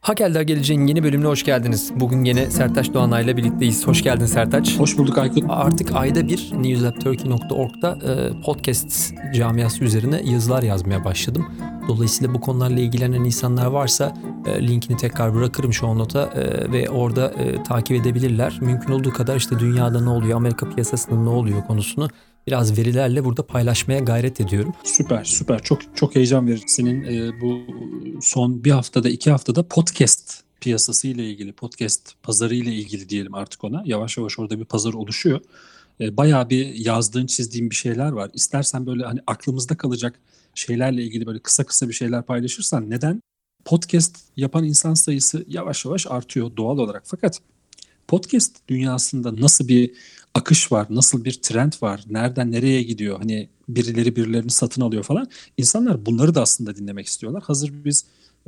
Hakel'der Geleceğin yeni bölümüne hoş geldiniz. Bugün yine Sertaç Doğanay'la birlikteyiz. Hoş geldin Sertaç. Hoş bulduk Aykut. Artık ayda bir newslabturkey.org'da podcast camiası üzerine yazılar yazmaya başladım. Dolayısıyla bu konularla ilgilenen insanlar varsa linkini tekrar bırakırım show note'a ve orada takip edebilirler. Mümkün olduğu kadar işte dünyada ne oluyor, Amerika piyasasında ne oluyor konusunu biraz verilerle burada paylaşmaya gayret ediyorum. Süper. Çok heyecan verici. Senin bu son bir haftada, 2 haftada podcast piyasası ile ilgili, podcast pazarı ile ilgili diyelim artık ona. Yavaş yavaş orada bir pazar oluşuyor. Bayağı bir yazdığın, çizdiğin bir şeyler var. İstersen böyle hani aklımızda kalacak şeylerle ilgili böyle kısa bir şeyler paylaşırsan neden? Podcast yapan insan sayısı yavaş yavaş artıyor doğal olarak. Fakat podcast dünyasında nasıl bir akış var, nasıl bir trend var, nereden nereye gidiyor, hani birileri birilerini satın alıyor falan. İnsanlar bunları da aslında dinlemek istiyorlar. Hazır biz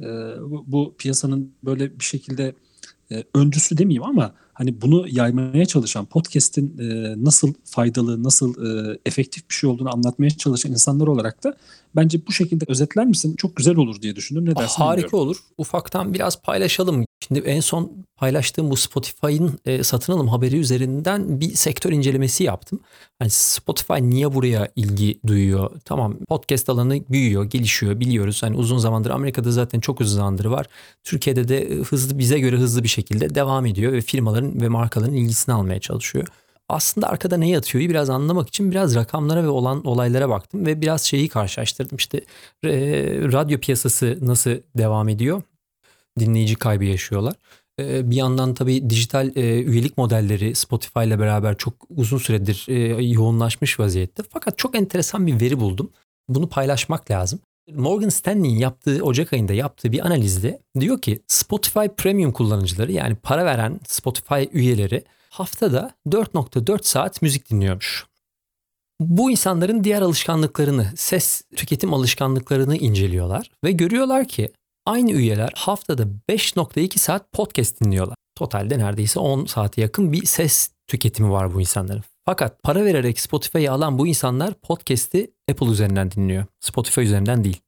bu piyasanın böyle bir şekilde öncüsü demeyeyim ama hani bunu yaymaya çalışan, podcast'in nasıl faydalı, nasıl efektif bir şey olduğunu anlatmaya çalışan insanlar olarak da bence bu şekilde özetler misin? Çok güzel olur diye düşündüm. Ne dersin Harika bilmiyorum. olur. Ufaktan biraz paylaşalım. Şimdi en son paylaştığım bu Spotify'ın satın alım haberi üzerinden bir sektör incelemesi yaptım. Hani Spotify niye buraya ilgi duyuyor? Tamam, podcast alanı büyüyor, gelişiyor, biliyoruz. Hani uzun zamandır Amerika'da zaten çok uzun zamandır var. Türkiye'de de bize göre hızlı bir şekilde devam ediyor ve firmaların ve markaların ilgisini almaya çalışıyor. Aslında arkada ne yatıyor biraz anlamak için biraz rakamlara ve olan olaylara baktım ve biraz şeyi karşılaştırdım. İşte radyo piyasası nasıl devam ediyor? Dinleyici kaybı yaşıyorlar. Bir yandan tabii dijital üyelik modelleri Spotify ile beraber çok uzun süredir yoğunlaşmış vaziyette. Fakat çok enteresan bir veri buldum. Bunu paylaşmak lazım. Morgan Stanley'in yaptığı Ocak ayında yaptığı bir analizde diyor ki Spotify Premium kullanıcıları, yani para veren Spotify üyeleri haftada 4.4 saat müzik dinliyormuş. Bu insanların diğer alışkanlıklarını, ses tüketim alışkanlıklarını inceliyorlar ve görüyorlar ki aynı üyeler haftada 5.2 saat podcast dinliyorlar. Totalde neredeyse 10 saate yakın bir ses tüketimi var bu insanların. Fakat para vererek Spotify'ı alan bu insanlar podcast'i Apple üzerinden dinliyor. Spotify üzerinden değil.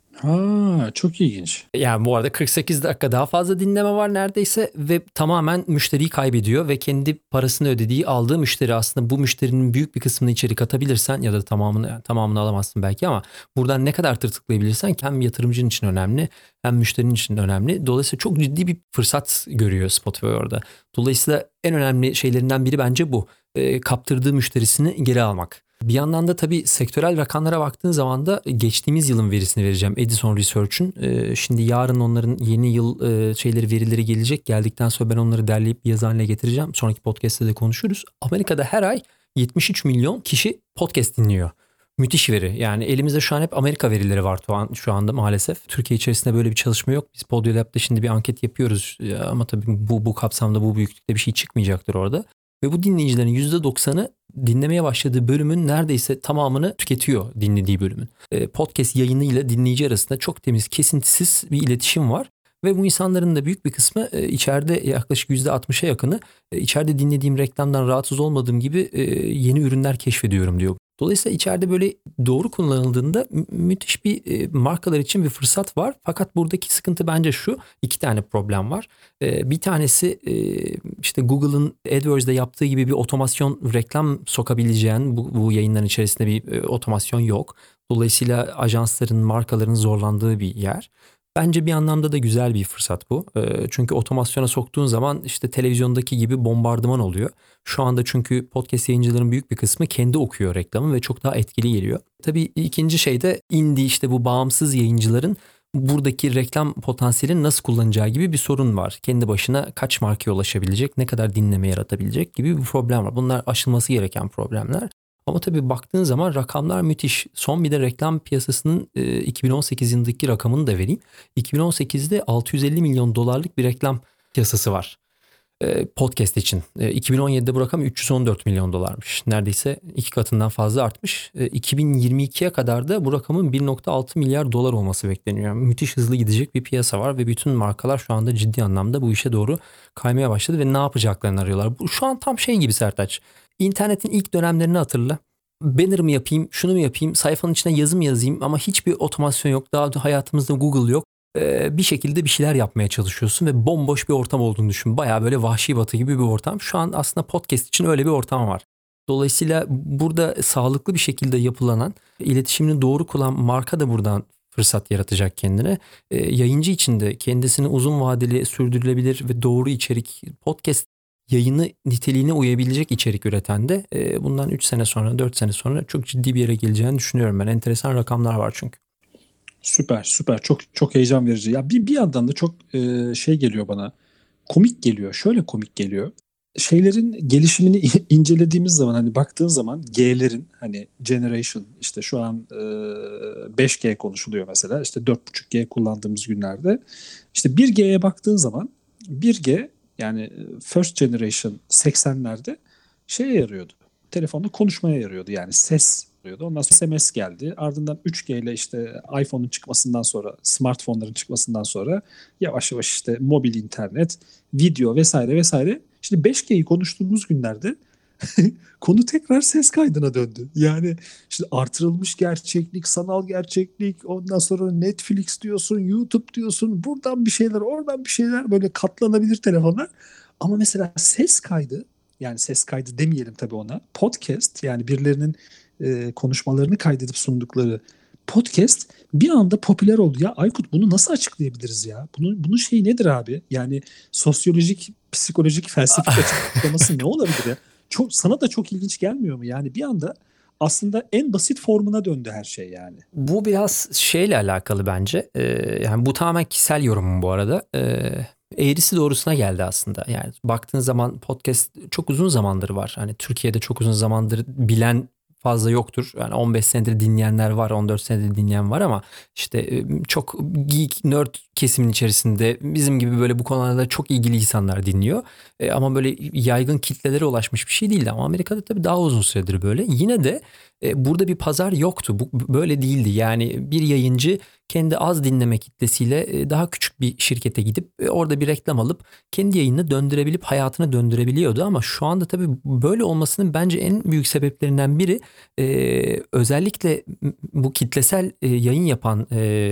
Ha, çok ilginç. Yani bu arada 48 dakika daha fazla dinleme var neredeyse ve tamamen müşteriyi kaybediyor ve kendi parasını ödediği aldığı müşteri, aslında bu müşterinin büyük bir kısmını içeri katabilirsen ya da tamamını alamazsın belki ama buradan ne kadar tırtıklayabilirsen hem yatırımcının için önemli hem müşterinin için önemli. Dolayısıyla çok ciddi bir fırsat görüyor Spotify orada. Dolayısıyla en önemli şeylerinden biri bence bu. Kaptırdığı müşterisini geri almak. Bir yandan da tabii sektörel rakamlara baktığın zaman da geçtiğimiz yılın verisini vereceğim. Edison Research'un. Şimdi yarın onların yeni yıl verileri gelecek. Geldikten sonra ben onları derleyip bir yazı haline getireceğim. Sonraki podcast'te de konuşuruz. Amerika'da her ay 73 milyon kişi podcast dinliyor. Müthiş veri. Yani elimizde şu an hep Amerika verileri var şu anda maalesef. Türkiye içerisinde böyle bir çalışma yok. Biz Podyolab'da şimdi bir anket yapıyoruz. Ama tabii bu kapsamda, bu büyüklükte bir şey çıkmayacaktır orada. Ve bu dinleyicilerin %90'ı dinlemeye başladığı bölümün neredeyse tamamını tüketiyor, dinlediği bölümün. Podcast yayınıyla dinleyici arasında çok temiz, kesintisiz bir iletişim var. Ve bu insanların da büyük bir kısmı içeride yaklaşık %60'a yakını içeride dinlediğim reklamdan rahatsız olmadığım gibi yeni ürünler keşfediyorum diyor. Dolayısıyla içeride böyle doğru kullanıldığında müthiş bir markalar için bir fırsat var. Fakat buradaki sıkıntı bence şu: 2 tane problem var. Bir tanesi işte Google'ın AdWords'da yaptığı gibi bir otomasyon, reklam sokabileceğin bu yayınların içerisinde bir otomasyon yok. Dolayısıyla ajansların, markaların zorlandığı bir yer. Bence bir anlamda da güzel bir fırsat bu. Çünkü otomasyona soktuğun zaman işte televizyondaki gibi bombardıman oluyor. Şu anda çünkü podcast yayıncıların büyük bir kısmı kendi okuyor reklamı ve çok daha etkili geliyor. Tabii ikinci şey de indie, işte bu bağımsız yayıncıların buradaki reklam potansiyelini nasıl kullanacağı gibi bir sorun var. Kendi başına kaç markaya ulaşabilecek, ne kadar dinleme yaratabilecek gibi bir problem var. Bunlar aşılması gereken problemler. Ama tabii baktığın zaman rakamlar müthiş. Son bir de reklam piyasasının 2018 yılındaki rakamını da vereyim. 2018'de 650 milyon dolarlık bir reklam piyasası var podcast için. 2017'de bu rakam 314 milyon dolarmış. Neredeyse 2 katından fazla artmış. 2022'ye kadar da bu rakamın 1.6 milyar dolar olması bekleniyor. Müthiş hızlı gidecek bir piyasa var ve bütün markalar şu anda ciddi anlamda bu işe doğru kaymaya başladı ve ne yapacaklarını arıyorlar. Bu şu an tam şey gibi Sertaç. İnternetin ilk dönemlerini hatırla. Banner mı yapayım, şunu mu yapayım, sayfanın içine yazı mı yazayım ama hiçbir otomasyon yok. Daha hayatımızda Google yok. bir şekilde bir şeyler yapmaya çalışıyorsun ve bomboş bir ortam olduğunu düşün. Bayağı böyle Vahşi Batı gibi bir ortam. Şu an aslında podcast için öyle bir ortam var. Dolayısıyla burada sağlıklı bir şekilde yapılanan, iletişimini doğru kullanan marka da buradan fırsat yaratacak kendine. Yayıncı için de kendisini uzun vadeli sürdürülebilir ve doğru içerik, podcast yayını niteliğine uyabilecek içerik üreten de bundan 3 sene sonra 4 sene sonra çok ciddi bir yere geleceğini düşünüyorum ben. Enteresan rakamlar var çünkü. Süper süper, çok çok heyecan verici. Ya bir yandan da çok şey geliyor bana. Komik geliyor. Şöyle komik geliyor. Şeylerin gelişimini incelediğimiz zaman, hani baktığın zaman G'lerin, hani generation, işte şu an 5G konuşuluyor mesela. İşte 4.5G kullandığımız günlerde. İşte 1G'ye baktığın zaman 1G, yani first generation 80'lerde şeye yarıyordu. Telefonda konuşmaya yarıyordu, yani ses yarıyordu. Ondan sonra SMS geldi. Ardından 3G ile işte iPhone'un çıkmasından sonra, smartphone'ların çıkmasından sonra yavaş yavaş işte mobil internet, video vesaire vesaire. Şimdi 5G'yi konuştuğumuz günlerde konu tekrar ses kaydına döndü. Yani işte artırılmış gerçeklik, sanal gerçeklik, ondan sonra Netflix diyorsun, YouTube diyorsun, buradan bir şeyler, oradan bir şeyler, böyle katlanabilir telefonlar. Ama mesela ses kaydı, yani ses kaydı demeyelim tabii ona, podcast, yani birilerinin konuşmalarını kaydedip sundukları podcast bir anda popüler oldu. Ya Aykut, bunu nasıl açıklayabiliriz ya? Bunun şeyi nedir abi? Yani sosyolojik, psikolojik, felsefik açıklaması ne olabilir ya? Çok, sana da çok ilginç gelmiyor mu? Yani bir anda aslında en basit formuna döndü her şey yani. Bu biraz şeyle alakalı bence. Yani bu tamamen kişisel yorumum bu arada. Eğrisi doğrusuna geldi aslında. Yani baktığın zaman podcast çok uzun zamandır var. Hani Türkiye'de çok uzun zamandır bilen fazla yoktur. Yani 15 senedir dinleyenler var, 14 senedir dinleyen var ama işte çok geek, nerd kesimin içerisinde bizim gibi böyle bu konularda çok ilgili insanlar dinliyor. Ama böyle yaygın kitlelere ulaşmış bir şey değildi. Ama Amerika'da tabii daha uzun süredir böyle. Yine de burada bir pazar yoktu. Bu böyle değildi. Yani bir yayıncı kendi az dinleme kitlesiyle daha küçük bir şirkete gidip orada bir reklam alıp kendi yayınını döndürebilip hayatını döndürebiliyordu. Ama şu anda tabii böyle olmasının bence en büyük sebeplerinden biri özellikle bu kitlesel yayın yapan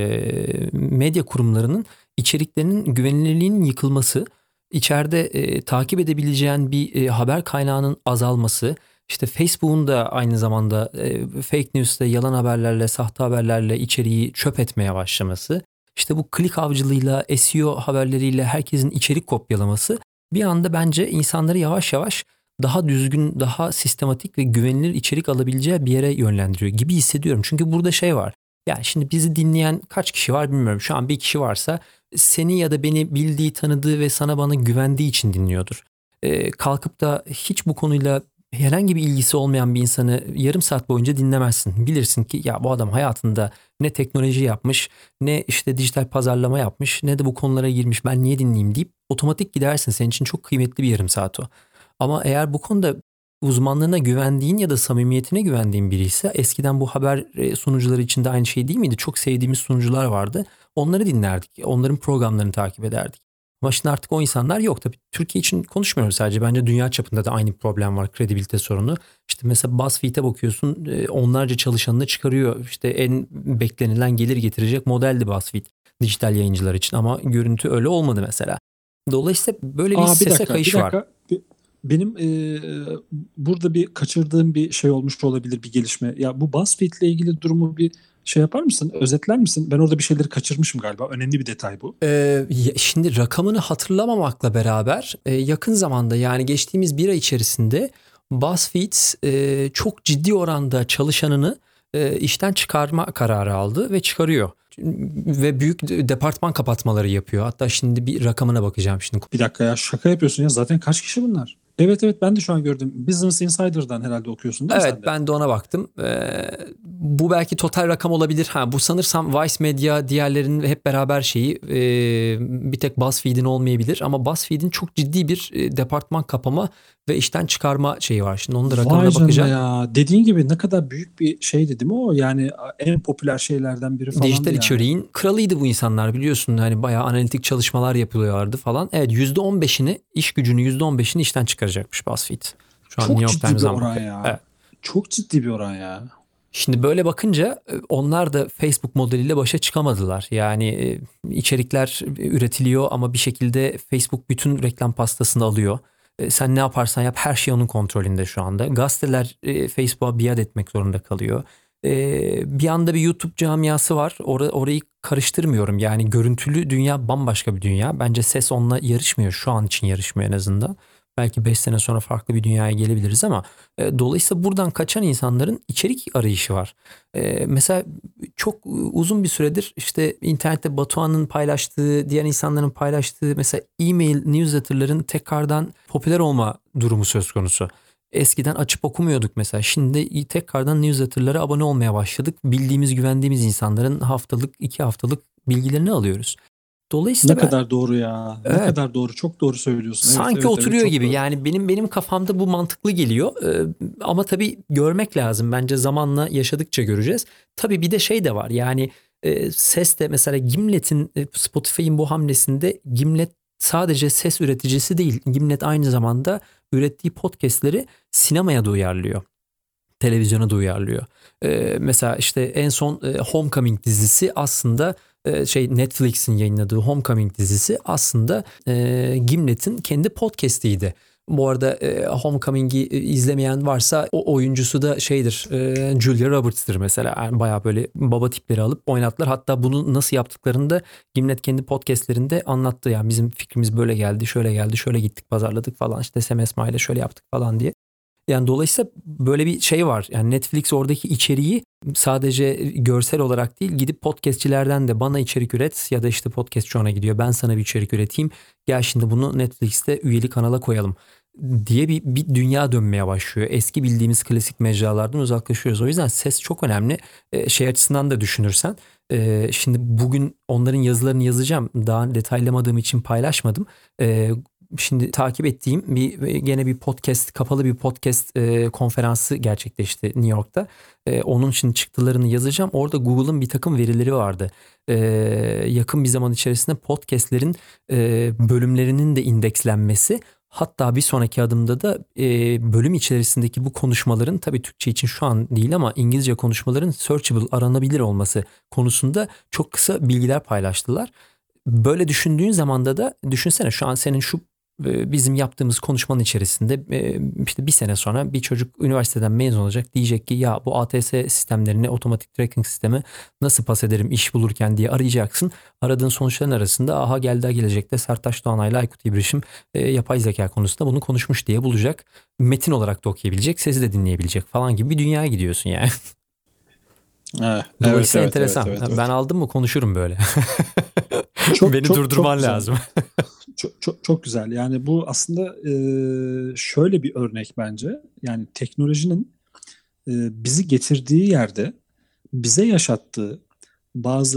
medya kurumlarının içeriklerinin güvenilirliğinin yıkılması, içeride takip edebileceğin bir haber kaynağının azalması, işte Facebook'un da aynı zamanda fake news'le, yalan haberlerle, sahte haberlerle içeriği çöp etmeye başlaması, işte bu klik avcılığıyla, SEO haberleriyle herkesin içerik kopyalaması bir anda bence insanları yavaş yavaş daha düzgün, daha sistematik ve güvenilir içerik alabileceği bir yere yönlendiriyor gibi hissediyorum. Çünkü burada şey var. Yani şimdi bizi dinleyen kaç kişi var bilmiyorum. Şu an bir kişi varsa seni ya da beni bildiği, tanıdığı ve sana bana güvendiği için dinliyordur. Kalkıp da hiç bu konuyla herhangi bir ilgisi olmayan bir insanı yarım saat boyunca dinlemezsin. Bilirsin ki ya bu adam hayatında ne teknoloji yapmış, ne işte dijital pazarlama yapmış, ne de bu konulara girmiş. Ben niye dinleyeyim deyip otomatik gidersin. Senin için çok kıymetli bir yarım saat o. Ama eğer bu konuda uzmanlığına güvendiğin ya da samimiyetine güvendiğin biri ise, eskiden bu haber sunucuları için de aynı şey değil miydi? Çok sevdiğimiz sunucular vardı. Onları dinlerdik. Onların programlarını takip ederdik. Ama şimdi artık o insanlar yok. Tabii Türkiye için konuşmuyoruz sadece. Bence dünya çapında da aynı problem var. Kredibilite sorunu. İşte mesela BuzzFeed'e bakıyorsun, onlarca çalışanını çıkarıyor. İşte en beklenilen gelir getirecek modeldi BuzzFeed dijital yayıncılar için. Ama görüntü öyle olmadı mesela. Dolayısıyla böyle bir Aa, bir sese dakika, bir kayış var. dakika. Benim burada bir kaçırdığım bir şey olmuş olabilir, bir gelişme. Ya bu BuzzFeed ile ilgili durumu bir şey yapar mısın? Özetler misin? Ben orada bir şeyleri kaçırmışım galiba. Önemli bir detay bu. Şimdi rakamını hatırlamamakla beraber yakın zamanda, yani geçtiğimiz bir ay içerisinde BuzzFeed çok ciddi oranda çalışanını işten çıkarma kararı aldı ve çıkarıyor. Ve büyük departman kapatmaları yapıyor. Hatta şimdi bir rakamına bakacağım şimdi. Bir dakika ya, şaka yapıyorsun ya. Zaten kaç kişi bunlar? Evet evet, ben de şu an gördüm. Business Insider'dan herhalde okuyorsun değil mi Evet, sen de? ben de ona baktım. Bu belki total rakam olabilir. Bu sanırsam Vice Media diğerlerinin hep beraber şeyi, bir tek BuzzFeed'in olmayabilir. Ama BuzzFeed'in çok ciddi bir departman kapama ve işten çıkarma şeyi var. Şimdi onun da Vay rakamına canına bakacağım. ya. Dediğin gibi ne kadar büyük bir şeydi değil mi o? Yani en popüler şeylerden biri falandı Dijital yani. içeriğin kralıydı bu insanlar, biliyorsun. Hani bayağı analitik çalışmalar yapılıyorlardı falan. Evet, %15'ini, iş gücünü %15'ini işten çıkaracakmış BuzzFeed. Şu an Çok New York ciddi bir Times'dan oran bakıyorum. ya. Evet. Çok ciddi bir oran ya. Şimdi böyle bakınca onlar da Facebook modeliyle başa çıkamadılar. Yani içerikler üretiliyor ama bir şekilde Facebook bütün reklam pastasını alıyor. Sen ne yaparsan yap her şey onun kontrolünde şu anda. Gazeteler Facebook'a biat etmek zorunda kalıyor. Bir anda bir YouTube camiası var. Orayı karıştırmıyorum. Yani görüntülü dünya bambaşka bir dünya. Bence ses onunla yarışmıyor. Şu an için yarışmıyor en azından. Belki 5 sene sonra farklı bir dünyaya gelebiliriz ama dolayısıyla buradan kaçan insanların içerik arayışı var. Mesela çok uzun bir süredir işte internette Batuhan'ın paylaştığı, diğer insanların paylaştığı mesela e-mail newsletter'ların tekrardan popüler olma durumu söz konusu. Eskiden açıp okumuyorduk mesela. Şimdi tekrardan newsletter'lara abone olmaya başladık. Bildiğimiz, güvendiğimiz insanların haftalık, 2 haftalık bilgilerini alıyoruz. Ne Dolayısıyla ben kadar doğru ya. Ne evet, kadar doğru. Çok doğru söylüyorsun. Evet, sanki evet, evet, oturuyor çok gibi. doğru. Yani benim kafamda bu mantıklı geliyor. Ama tabii görmek lazım. Bence zamanla yaşadıkça göreceğiz. Tabii bir de şey de var. Yani ses de mesela Gimlet'in Spotify'ın bu hamlesinde Gimlet sadece ses üreticisi değil. Gimlet aynı zamanda ürettiği podcast'leri sinemaya da uyarlıyor. Televizyona da uyarlıyor. Mesela işte en son Homecoming dizisi aslında Netflix'in yayınladığı Homecoming dizisi aslında Gimlet'in kendi podcast'iydi. Bu arada Homecoming'i izlemeyen varsa o oyuncusu da Julia Roberts'tır mesela. Yani bayağı böyle baba tipleri alıp oynattılar. Hatta bunu nasıl yaptıklarını da Gimlet kendi podcast'lerinde anlattı. Yani bizim fikrimiz böyle geldi, şöyle geldi, şöyle gittik, pazarladık falan. İşte Sem Esma ile şöyle yaptık falan diye. Yani dolayısıyla böyle bir şey var. Yani Netflix oradaki içeriği sadece görsel olarak değil, gidip podcastçilerden de bana içerik üret ya da işte podcastçi ona gidiyor. Ben sana bir içerik üreteyim. Gel şimdi bunu Netflix'te üyeli kanala koyalım diye bir dünya dönmeye başlıyor. Eski bildiğimiz klasik mecralardan uzaklaşıyoruz. O yüzden ses çok önemli. Şey açısından da düşünürsen. Şimdi bugün onların yazılarını yazacağım. Daha detaylamadığım için paylaşmadım. Şimdi takip ettiğim gene bir podcast, kapalı bir podcast konferansı gerçekleşti New York'ta. Onun için çıktılarını yazacağım. Orada Google'ın bir takım verileri vardı. E, Yakın bir zaman içerisinde podcastlerin bölümlerinin de indekslenmesi. Hatta bir sonraki adımda da bölüm içerisindeki bu konuşmaların, tabii Türkçe için şu an değil ama İngilizce konuşmaların searchable, aranabilir olması konusunda çok kısa bilgiler paylaştılar. Böyle düşündüğün zamanda da düşünsene, şu an senin şu bizim yaptığımız konuşmanın içerisinde işte bir sene sonra bir çocuk üniversiteden mezun olacak, diyecek ki ya bu ATS sistemlerini, otomatik tracking sistemi nasıl pas ederim iş bulurken diye arayacaksın. Aradığın sonuçların arasında aha geldi gelecekte Sertaç Doğanay'la Aykut İbrişim yapay zeka konusunda bunu konuşmuş diye bulacak. Metin olarak da okuyabilecek, sesi de dinleyebilecek falan gibi bir dünyaya gidiyorsun yani. Evet, evet, Dolayısıyla evet, evet, enteresan. evet, Ben evet. aldım mı konuşurum böyle. Çok Beni çok çok durdurman güzel. lazım. Çok, çok, çok güzel. Yani bu aslında şöyle bir örnek bence. Yani teknolojinin bizi getirdiği yerde bize yaşattığı bazı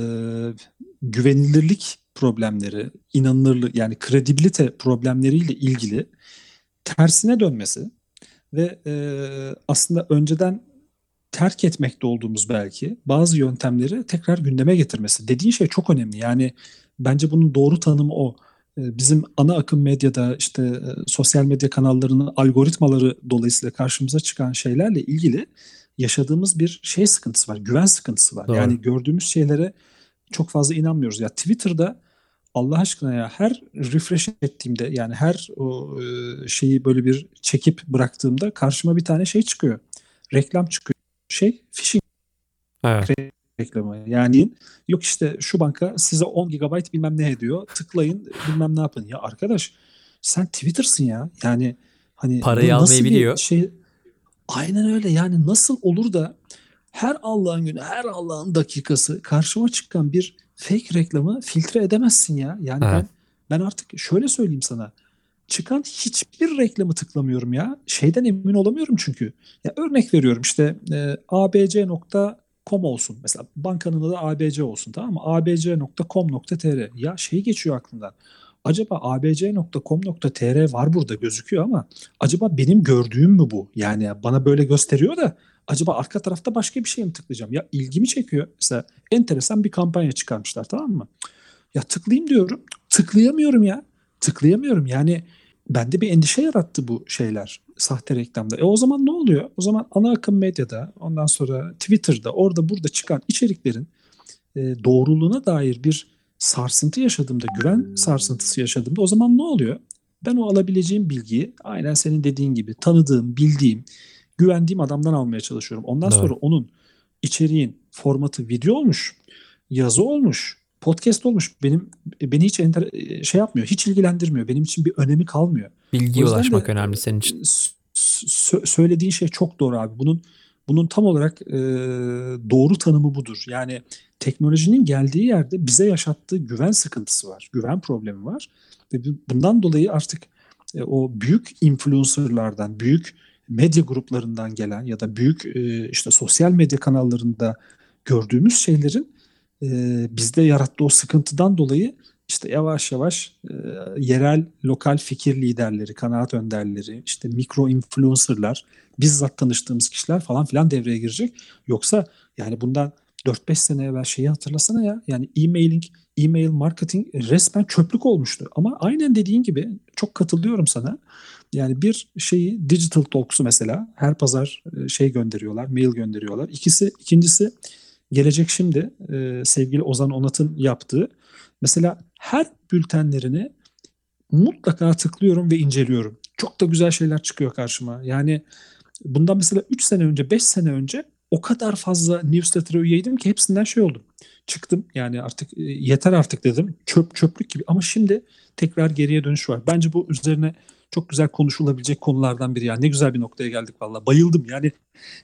güvenilirlik problemleri, inanılırlık yani kredibilite problemleriyle ilgili tersine dönmesi ve aslında önceden terk etmekte olduğumuz belki bazı yöntemleri tekrar gündeme getirmesi. Dediğin şey çok önemli. Yani bence bunun doğru tanımı o. Bizim ana akım medyada işte sosyal medya kanallarının algoritmaları dolayısıyla karşımıza çıkan şeylerle ilgili yaşadığımız bir şey sıkıntısı var. Güven sıkıntısı var. Doğru. Yani gördüğümüz şeylere çok fazla inanmıyoruz. Ya Twitter'da Allah aşkına ya her refresh ettiğimde yani her o şeyi böyle bir çekip bıraktığımda karşıma bir tane şey çıkıyor. Reklam çıkıyor. Phishing Evet. reklamı. Yani yok işte şu banka size 10 gigabayt bilmem ne ediyor. Tıklayın bilmem ne yapın. Ya arkadaş sen Twitter'sın ya. Yani hani Parayı bu nasıl bir almayabiliyor. şey? Aynen öyle. Yani nasıl olur da her Allah'ın günü, her Allah'ın dakikası karşıma çıkan bir fake reklamı filtre edemezsin ya. Yani Evet. ben artık şöyle söyleyeyim sana. Çıkan hiçbir reklamı tıklamıyorum ya. Şeyden emin olamıyorum çünkü. Ya örnek veriyorum işte abc.com olsun. Mesela bankanın adı ABC olsun, tamam mı? abc.com.tr. Ya şey geçiyor aklımdan. Acaba abc.com.tr var burada gözüküyor ama acaba benim gördüğüm mü bu? Yani bana böyle gösteriyor da acaba arka tarafta başka bir şey mi tıklayacağım? Ya ilgimi çekiyor. Mesela enteresan bir kampanya çıkarmışlar, tamam mı? Ya tıklayayım diyorum. Tıklayamıyorum ya. Tıklayamıyorum. Yani bende bir endişe yarattı bu şeyler sahte reklamda. O zaman ne oluyor? O zaman ana akım medyada, ondan sonra Twitter'da, orada burada çıkan içeriklerin doğruluğuna dair bir sarsıntı yaşadığımda, güven sarsıntısı yaşadığımda o zaman ne oluyor? Ben o alabileceğim bilgiyi aynen senin dediğin gibi tanıdığım, bildiğim, güvendiğim adamdan almaya çalışıyorum. Ondan sonra onun içeriğin formatı video olmuş, yazı olmuş, podcast olmuş. Beni hiç şey yapmıyor, hiç ilgilendirmiyor. Benim için bir önemi kalmıyor. Bilgiye O yüzden ulaşmak de önemli senin için. söylediğin şey çok doğru abi. Bunun tam olarak doğru tanımı budur. Yani teknolojinin geldiği yerde bize yaşattığı güven sıkıntısı var. Güven problemi var. Ve bundan dolayı artık o büyük influencerlardan, büyük medya gruplarından gelen ya da büyük işte sosyal medya kanallarında gördüğümüz şeylerin bizde yarattığı o sıkıntıdan dolayı işte yavaş yavaş yerel, lokal fikir liderleri, kanaat önderleri, işte mikro influencerlar, bizzat tanıştığımız kişiler falan filan devreye girecek. Yoksa yani bundan 4-5 sene evvel şeyi hatırlasana ya. Yani email marketing resmen çöplük olmuştu. Ama aynen dediğin gibi çok katılıyorum sana. Yani bir şeyi Digital Talks'u mesela her pazar şey gönderiyorlar, mail gönderiyorlar. İkincisi Gelecek Şimdi sevgili Ozan Onat'ın yaptığı. Mesela her bültenlerini mutlaka tıklıyorum ve inceliyorum. Çok da güzel şeyler çıkıyor karşıma. Yani bundan mesela 3 sene önce, 5 sene önce o kadar fazla newsletter'a üyeydim ki hepsinden şey oldum. Çıktım yani artık yeter artık dedim. Çöplük gibi ama şimdi tekrar geriye dönüş var. Bence bu üzerine çok güzel konuşulabilecek konulardan biri. Yani ne güzel bir noktaya geldik vallahi. Bayıldım. Yani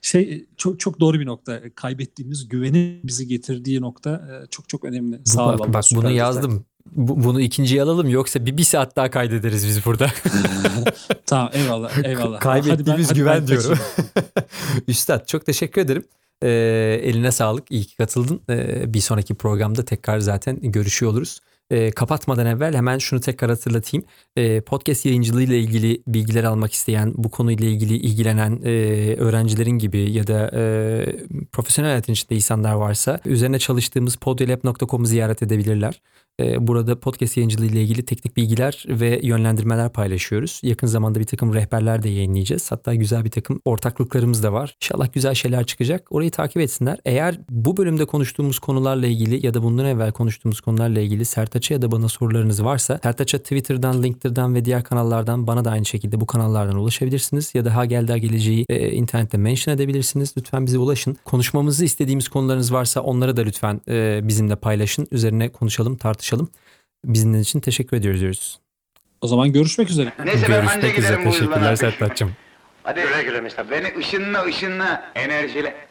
çok doğru bir nokta. Kaybettiğimiz güvenin bizi getirdiği nokta çok çok önemli. Sağ ol vallahi. Bak bunu Süper güzel. yazdım. Bunu ikinciye alalım yoksa bir saat daha kaydederiz biz burada. Tamam eyvallah. Kaybettiğimiz Hadi güven ben diyorum. kaçayım. Üstad çok teşekkür ederim. Eline sağlık. İyi ki katıldın. Bir sonraki programda tekrar zaten görüşüyor oluruz. Kapatmadan evvel hemen şunu tekrar hatırlatayım. Podcast yayıncılığı ile ilgili bilgiler almak isteyen, bu konuyla ilgili ilgilenen öğrencilerin gibi ya da profesyonel hayatın içinde insanlar varsa üzerine çalıştığımız podyolab.com'u ziyaret edebilirler. Burada podcast yayıncılığı ile ilgili teknik bilgiler ve yönlendirmeler paylaşıyoruz. Yakın zamanda bir takım rehberler de yayınlayacağız. Hatta güzel bir takım ortaklıklarımız da var. İnşallah güzel şeyler çıkacak. Orayı takip etsinler. Eğer bu bölümde konuştuğumuz konularla ilgili ya da bundan evvel konuştuğumuz konularla ilgili Sertaç'a ya da bana sorularınız varsa Sertaç'a Twitter'dan, LinkedIn'dan ve diğer kanallardan bana da aynı şekilde bu kanallardan ulaşabilirsiniz. Ya da Ha Geldi Geleceği internette mention edebilirsiniz. Lütfen bize ulaşın. Konuşmamızı istediğimiz konularınız varsa onları da lütfen bizimle paylaşın. Üzerine konuşalım, tartışalım. Bizimle için teşekkür ediyoruz. O zaman görüşmek üzere. Neyse ben anca Görüşmek üzere. giderim bu yüzden Teşekkürler artık. Sertaç'cığım. Hadi güle güle Mustafa. Beni ışınla enerjiyle.